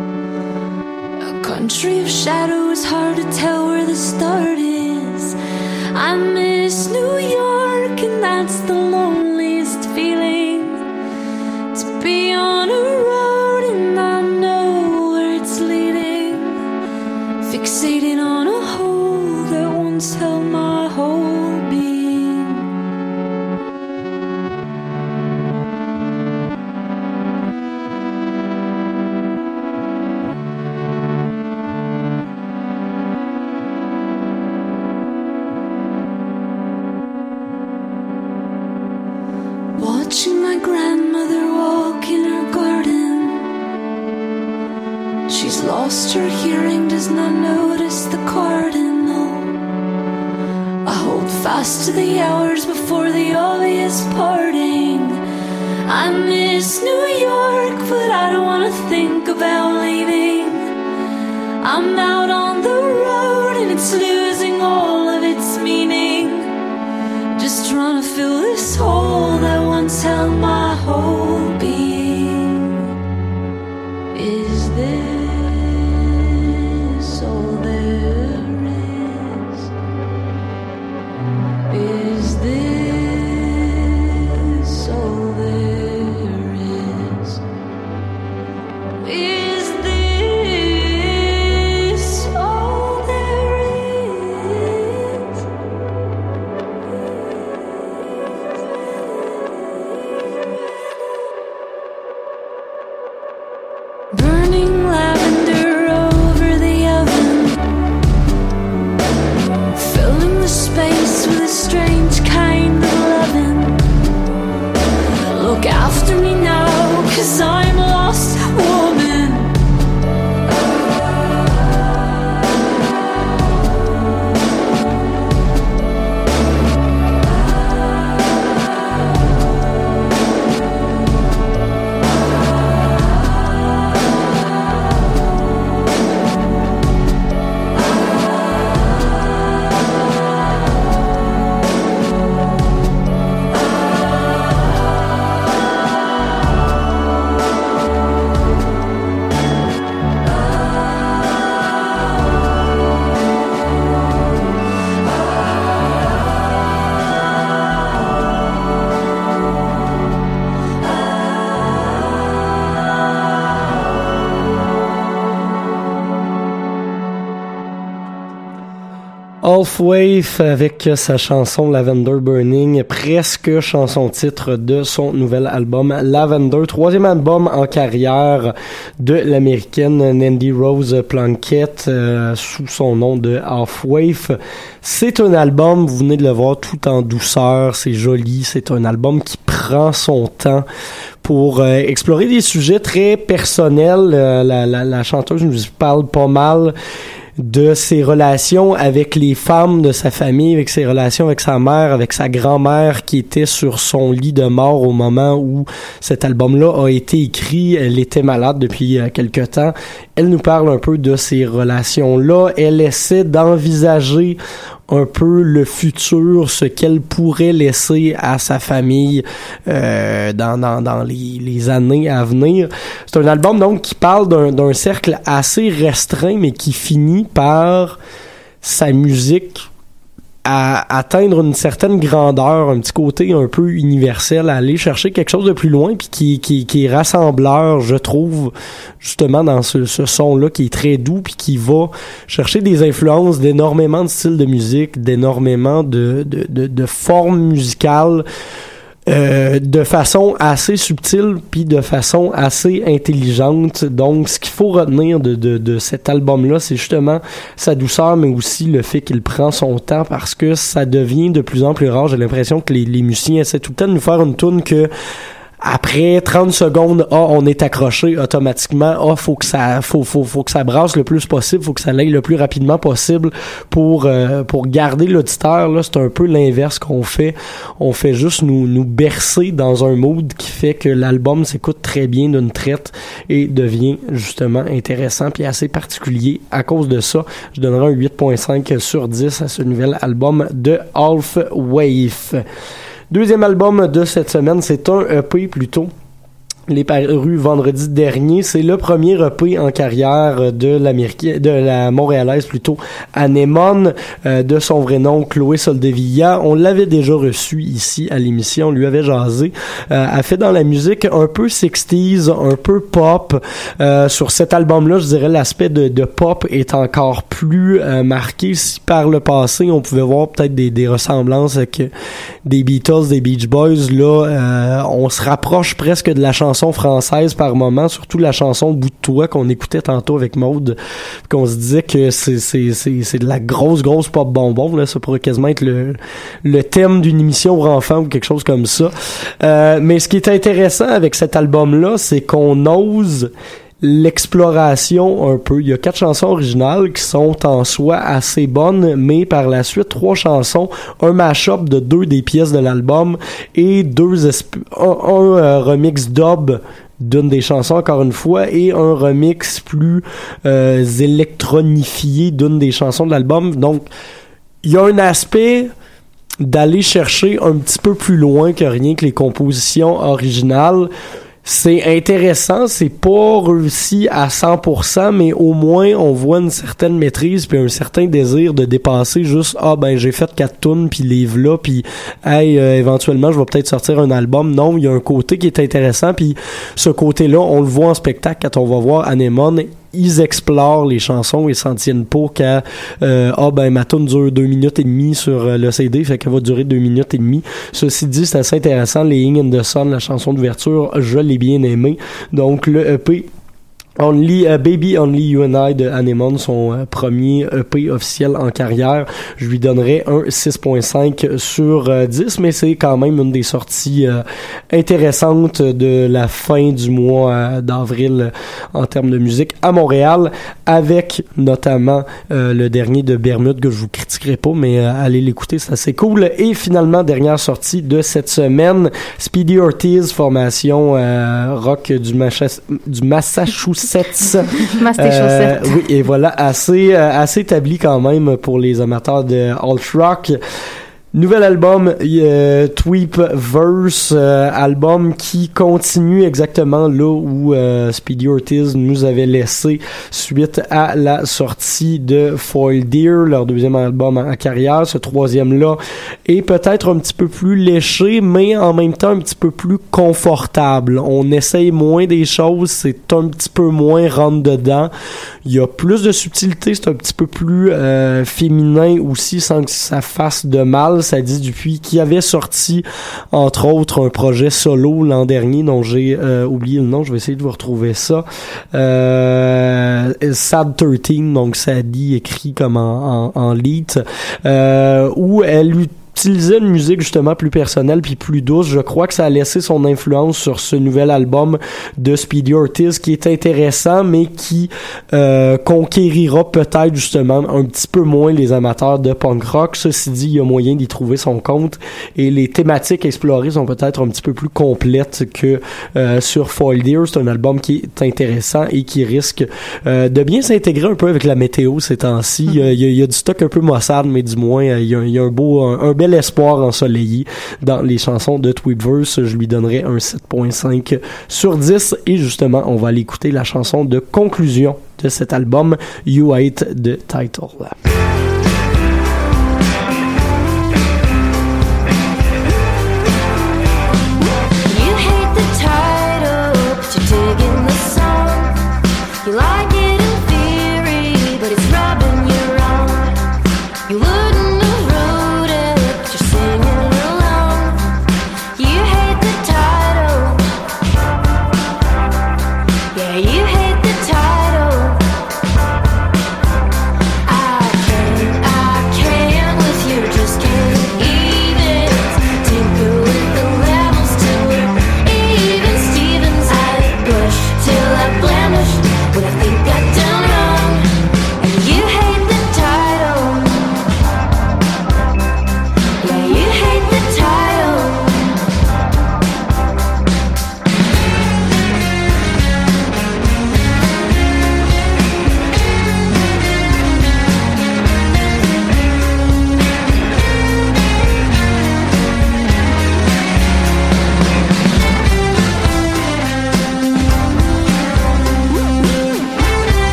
A country of shadows, hard to tell where the start is. I miss New York, and that's the loneliest feeling. To be on a road and not know where it's leading, fixated on a hole that once held my whole being. my grandmother walk in her garden. She's lost her hearing, does not notice the cardinal. I hold fast to the hours before the obvious parting. I miss New York, but I don't wanna think about leaving. I'm out on the road and it's losing all of its meaning. Just trying to fill this hole that once held my whole being. Is this all there is? Is this all there is? Is this all there is? Burning lavender over the oven, filling the space with a strange kind of loving. Look after me now, 'cause I'm a lost woman. Half-Wave avec sa chanson Lavender Burning, presque chanson-titre de son nouvel album Lavender, troisième album en carrière de l'américaine Nandy Rose Plunkett euh, sous son nom de Half-Wave. C'est un album, vous venez de le voir, tout en douceur, c'est joli, c'est un album qui prend son temps pour euh, explorer des sujets très personnels. Euh, la, la, la chanteuse nous parle pas mal de ses relations avec les femmes de sa famille, avec ses relations avec sa mère, avec sa grand-mère qui était sur son lit de mort au moment où cet album-là a été écrit. Elle était malade depuis quelque temps. Elle nous parle un peu de ces relations-là. Elle essaie d'envisager un peu le futur, ce qu'elle pourrait laisser à sa famille euh, dans, dans, dans les, les années à venir. C'est un album donc qui parle d'un, d'un cercle assez restreint, mais qui finit par sa musique à atteindre une certaine grandeur, un petit côté un peu universel, à aller chercher quelque chose de plus loin, puis qui, qui, qui est rassembleur, je trouve, justement dans ce, ce son-là qui est très doux, puis qui va chercher des influences d'énormément de styles de musique, d'énormément de, de, de, de formes musicales, Euh, de façon assez subtile puis de façon assez intelligente. Donc ce qu'il faut retenir de, de, de cet album-là, c'est justement sa douceur, mais aussi le fait qu'il prend son temps, parce que ça devient de plus en plus rare. J'ai l'impression que les, les musiciens essaient tout le temps de nous faire une toune que après trente secondes, ah, on est accroché automatiquement. Ah, faut que ça, faut, faut, faut que ça brasse le plus possible, faut que ça aille le plus rapidement possible pour, euh, pour garder l'auditeur. Là, c'est un peu l'inverse qu'on fait. On fait juste nous, nous bercer dans un mood qui fait que l'album s'écoute très bien d'une traite et devient justement intéressant puis assez particulier. À cause de ça, je donnerai un huit virgule cinq sur dix à ce nouvel album de Half-Wave. Deuxième album de cette semaine, c'est un E P plutôt. Il est paru vendredi dernier. C'est le premier E P en carrière de l'américaine, de la montréalaise plutôt, Anémone, euh, de son vrai nom, Chloé Soldevilla. On l'avait déjà reçu ici à l'émission, on lui avait jasé. Euh, elle fait dans la musique un peu sixties, un peu pop. Euh, sur cet album-là, je dirais l'aspect de, de pop est encore plus euh, marqué. Si par le passé, on pouvait voir peut-être des, des ressemblances avec des Beatles, des Beach Boys, là, euh, on se rapproche presque de la chanson chansons françaises par moment, surtout la chanson Bout de toi qu'on écoutait tantôt avec Maude, qu'on se disait que c'est c'est c'est c'est de la grosse grosse pop bonbon là, ça pourrait quasiment être le le thème d'une émission pour enfants ou quelque chose comme ça. Euh, mais ce qui est intéressant avec cet album là, c'est qu'on ose l'exploration un peu. Il y a quatre chansons originales qui sont en soi assez bonnes, mais par la suite, trois chansons, un mash-up de deux des pièces de l'album et deux esp- un, un euh, remix dub d'une des chansons encore une fois et un remix plus euh, électronifié d'une des chansons de l'album. Donc, il y a un aspect d'aller chercher un petit peu plus loin que rien que les compositions originales. C'est intéressant, c'est pas réussi à cent pour cent, mais au moins on voit une certaine maîtrise puis un certain désir de dépasser juste ah ben j'ai fait quatre tunes puis les v'là puis hey euh, éventuellement je vais peut-être sortir un album. Non, il y a un côté qui est intéressant puis ce côté-là on le voit en spectacle quand on va voir Anémone. Ils explorent les chansons et s'en tiennent pas qu'à euh, ah ben ma tune dure deux minutes et demie sur euh, le C D, fait qu'elle va durer deux minutes et demie. Ceci dit, c'est assez intéressant. Laying in the Sun, la chanson d'ouverture, je l'ai bien aimé. Donc le E P Only uh, Baby Only You and I de Anémone, son euh, premier E P officiel en carrière. Je lui donnerais un six virgule cinq sur euh, dix, mais c'est quand même une des sorties euh, intéressantes de la fin du mois euh, d'avril euh, en termes de musique à Montréal, avec notamment euh, le dernier de Bermude que je vous critiquerai pas, mais euh, allez l'écouter, c'est assez cool. Et finalement, dernière sortie de cette semaine, Speedy Ortiz, formation euh, rock du, Macha- du Massachusetts. Euh, oui, et voilà, assez, euh, assez établi quand même pour les amateurs de alt rock. Nouvel album, euh, Tweepverse, euh, album qui continue exactement là où euh, Speedy Ortiz nous avait laissé suite à la sortie de Foil Deer, leur deuxième album en carrière. Ce troisième-là est peut-être un petit peu plus léché, mais en même temps un petit peu plus confortable. On essaye moins des choses, c'est un petit peu moins rentre-dedans. Il y a plus de subtilité, c'est un petit peu plus euh, féminin aussi, sans que ça fasse de mal. Ça dit Dupuis, qui avait sorti entre autres un projet solo l'an dernier dont j'ai euh, oublié le nom, je vais essayer de vous retrouver ça. Euh, Sad treize, donc Sadie écrit comme en, en, en lead, euh, où elle utilisait une musique justement plus personnelle puis plus douce. Je crois que ça a laissé son influence sur ce nouvel album de Speedy Ortiz qui est intéressant mais qui euh, conquérira peut-être justement un petit peu moins les amateurs de punk rock. Ceci dit, il y a moyen d'y trouver son compte et les thématiques explorées sont peut-être un petit peu plus complètes que euh, sur Foil Deer. C'est un album qui est intéressant et qui risque euh, de bien s'intégrer un peu avec la météo ces temps-ci. Mm-hmm. Il, y a, il y a du stock un peu maussade, mais du moins il y a, il y a un beau un, un bel espoir ensoleillé dans les chansons de Tweepverse. Je lui donnerais un sept virgule cinq sur dix et justement on va aller écouter la chanson de conclusion de cet album, You Hate the Title.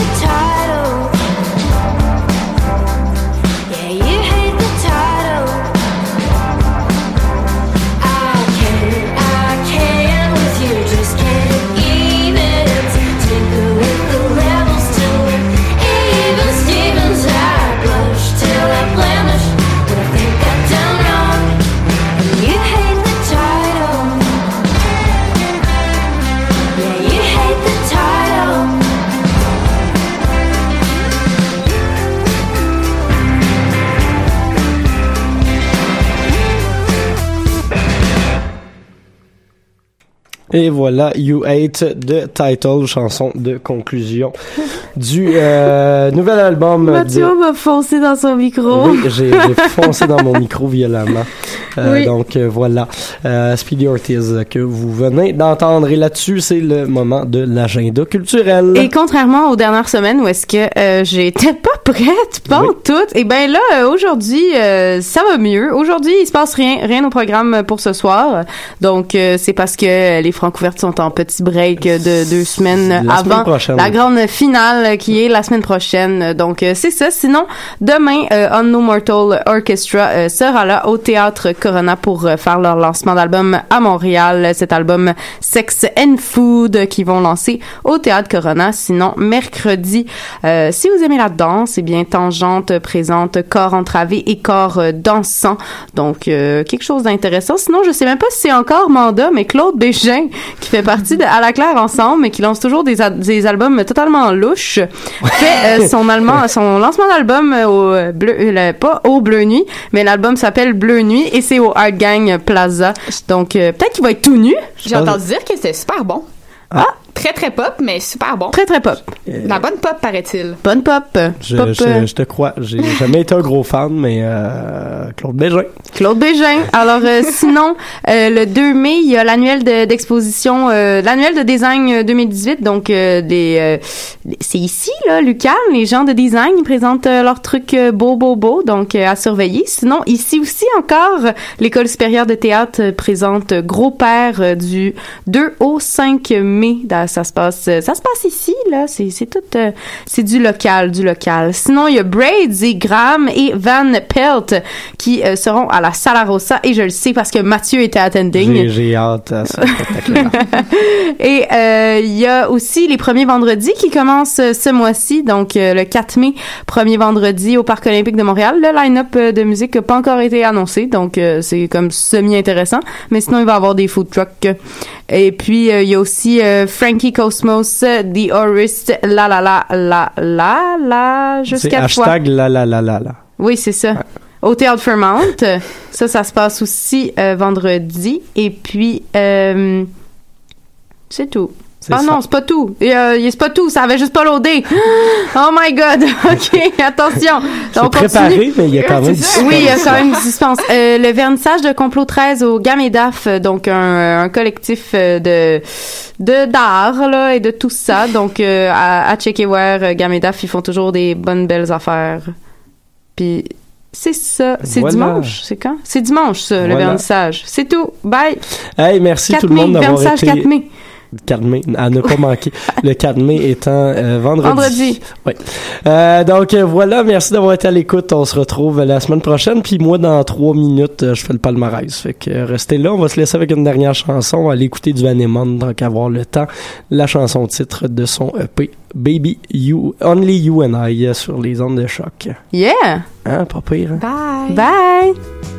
Yeah, you hate the title. Et voilà, You Hate de Title, chanson de conclusion du euh, nouvel album. Mathieu de... m'a foncé dans son micro. Oui, j'ai, j'ai foncé dans mon micro violemment. Euh, oui. Donc euh, voilà, euh, Speedy Ortiz que vous venez d'entendre. Et là-dessus, c'est le moment de l'agenda culturel. Et contrairement aux dernières semaines où est-ce que euh, j'étais pas prête, pas oui. en tout, et ben là, euh, aujourd'hui, euh, ça va mieux. Aujourd'hui, il se passe rien, rien au programme pour ce soir. Donc, euh, c'est parce que les Francouvertes sont en petit break de deux semaines la avant semaine la grande finale qui est la semaine prochaine. Donc, euh, c'est ça. Sinon, demain, euh, On No Mortal Orchestra euh, sera là au Théâtre Corona pour euh, faire leur lancement d'album à Montréal. Cet album Sex and Food qu'ils vont lancer au Théâtre Corona. Sinon, mercredi, euh, si vous aimez la danse, eh bien, Tangente présente Corps entravé et Corps euh, dansant. Donc, euh, quelque chose d'intéressant. Sinon, je sais même pas si c'est encore Manda, mais Claude Bégin, qui fait partie de À la Claire Ensemble, mais qui lance toujours des, a- des albums totalement louches, fait euh, son, allemand, son lancement d'album au bleu, le, pas au Bleu Nuit, mais l'album s'appelle Bleu Nuit et c'est au Art Gang Plaza. Donc, euh, peut-être qu'il va être tout nu. J'ai entendu dire que c'était super bon. Ah. Très, très pop, mais super bon. Très, très pop. La bonne pop, paraît-il. Bonne pop. Je, pop je, euh, je te crois. J'ai jamais été un gros fan, mais euh, Claude Bégin. Claude Bégin. Alors, euh, sinon, euh, le deux mai, il y a l'annuel de, d'exposition, euh, l'annuel de design deux mille dix-huit. Donc, euh, les, euh, les- c'est ici, là, Lucam, les gens de design, ils présentent euh, leurs trucs euh, beaux, beaux, beaux. Donc, euh, à surveiller. Sinon, ici aussi encore, l'École supérieure de théâtre euh, présente Gros Père euh, du deux au cinq mai. Dans- Ça se passe, euh, ça se passe ici, là. C'est, c'est tout, euh, c'est du local, du local. Sinon, il y a Braids et Graham et Van Pelt qui euh, seront à la Sala Rosa et je le sais parce que Mathieu était attending. J'ai, j'ai hâte à ce spectacle-là. Et euh, il y a aussi les premiers vendredis qui commencent euh, ce mois-ci, donc euh, le quatre mai, premier vendredi au Parc olympique de Montréal. Le line-up euh, de musique n'a pas encore été annoncé, donc euh, c'est comme semi-intéressant. Mais sinon, il va y avoir des food trucks. Et puis, euh, il y a aussi euh, Frankie Cosmos, The Horist, la la la la la la, C'est jusqu'à fois. hashtag la la la la la. Oui, c'est ça. Au Théâtre Fairmount. Ça, ça se passe aussi euh, vendredi. Et puis, euh, c'est tout. C'est Ah ça. non, c'est pas tout. Et, euh, c'est pas tout. Ça avait juste pas loadé. Oh my God. OK, attention. C'est On préparé, continue. mais il y a quand même du suspense. Oui, il y a quand même du suspense. Euh, le vernissage de Complot treize au Gamedaf, donc un, un collectif euh, de de d'art là et de tout ça. Donc euh, à, à checker voir euh, Gamedaf, ils font toujours des bonnes belles affaires. Puis c'est ça. C'est Voilà. dimanche. C'est quand? C'est dimanche, ça, le Voilà. vernissage. C'est tout. Bye. Hey, merci quatre tout le monde mai, d'avoir vernissage été... quatre mai. quatre mai, à ne pas manquer. Le quatre mai étant euh, vendredi. Vendredi. Oui. Euh, donc euh, voilà, merci d'avoir été à l'écoute. On se retrouve la semaine prochaine. Puis moi, dans trois minutes, euh, je fais le palmarès. Fait que euh, restez là. On va se laisser avec une dernière chanson. On va aller écouter du Vanemon, donc avoir le temps. La chanson titre de son E P, Baby You, Only You and I, euh, sur les ondes de choc. Yeah. Hein, pas pire. Hein? Bye. Bye.